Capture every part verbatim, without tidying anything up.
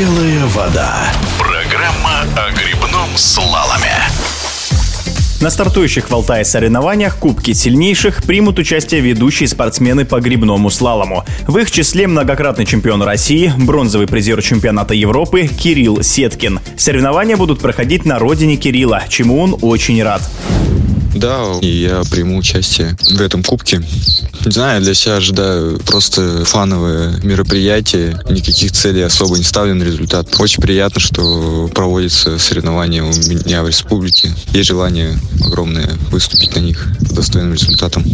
Белая вода. Программа о гребном слаломе. На стартующих в Алтае соревнованиях Кубки сильнейших примут участие ведущие спортсмены по гребному слалому. В их числе многократный чемпион России, бронзовый призер чемпионата Европы Кирилл Сеткин. Соревнования будут проходить на родине Кирилла, чему он очень рад. Да, и я приму участие в этом кубке. Не знаю, для себя ожидаю просто фановое мероприятие, никаких целей особо не ставлю на результат. Очень приятно, что проводятся соревнования у меня в республике. Есть желание огромное выступить на них с достойным результатом.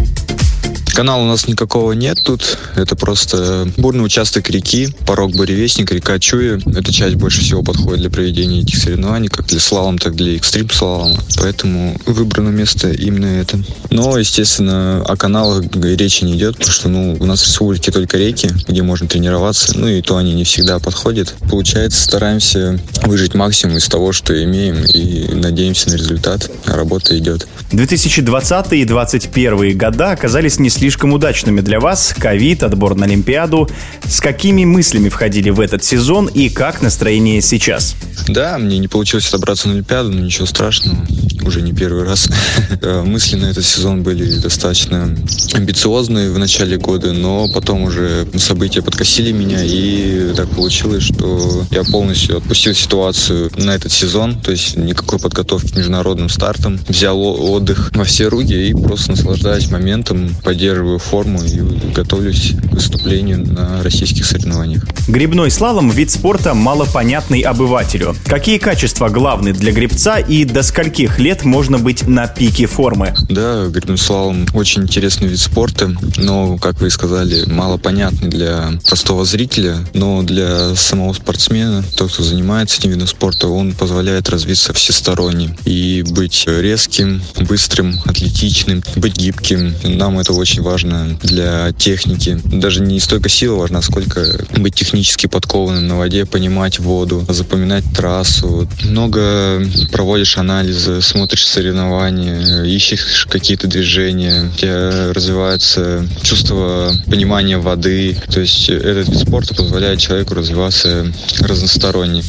Канала у нас никакого нет тут, это просто бурный участок реки, порог Буревестник, река Чуя. Эта часть больше всего подходит для проведения этих соревнований, как для слалома, так и для экстрим-слалома. Поэтому выбрано место именно это. Но, естественно, о каналах речи не идет, потому что ну, у нас в республике только реки, где можно тренироваться, ну и то они не всегда подходят. Получается, стараемся выжать максимум из того, что имеем, и надеемся на результат, а работа идет. две тысячи двадцатый и две тысячи двадцать первый года оказались не слишком удачными для вас. Ковид, отбор на Олимпиаду. С какими мыслями входили в этот сезон и как настроение сейчас? Да, мне не получилось отобраться на Олимпиаду, но ничего страшного, уже не первый раз. Мысли на этот сезон были достаточно амбициозные в начале года, но потом уже события подкосили меня, и так получилось, что я полностью отпустил ситуацию на этот сезон, то есть никакой подготовки к международным стартам, взял отдых во все руки и просто наслаждаюсь моментом, поддерживаю форму и готовлюсь к выступлению на российских соревнованиях. Гребной слалом – вид спорта малопонятный обывателю. Какие качества главны для гребца и до скольких лет можно быть на пике формы? Да, гребной слалом очень интересный вид спорта, но, как вы и сказали, малопонятный для простого зрителя, но для самого спортсмена, тот, кто занимается этим видом спорта, он позволяет развиться всесторонне и быть резким, быстрым, атлетичным, быть гибким. Нам это очень важно для техники. Даже не столько сила важна, сколько быть технически подкованным на воде, понимать воду, запоминать трассу. Много проводишь анализы, смотришь соревнования, ищешь какие-то движения, у тебя развивается чувство понимания воды. То есть этот вид спорта позволяет человеку развиваться разносторонне.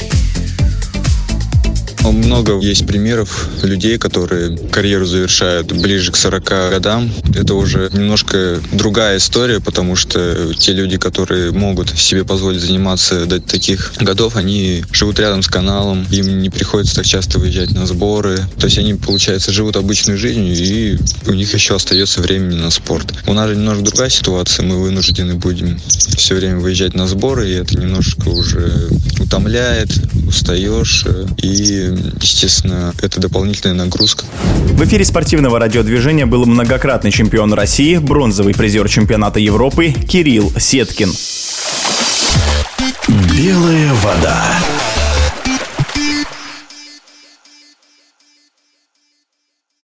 Много есть примеров людей, которые карьеру завершают ближе к сорока годам. Это уже немножко другая история, потому что те люди, которые могут себе позволить заниматься до таких годов, они живут рядом с каналом, им не приходится так часто выезжать на сборы. То есть они, получается, живут обычной жизнью, и у них еще остается времени на спорт. У нас же немножко другая ситуация, мы вынуждены будем все время выезжать на сборы, и это немножко уже утомляет, устаешь, и естественно, это дополнительная нагрузка. В эфире спортивного радиодвижения был многократный чемпион России, бронзовый призер чемпионата Европы Кирилл Сеткин. Белая вода.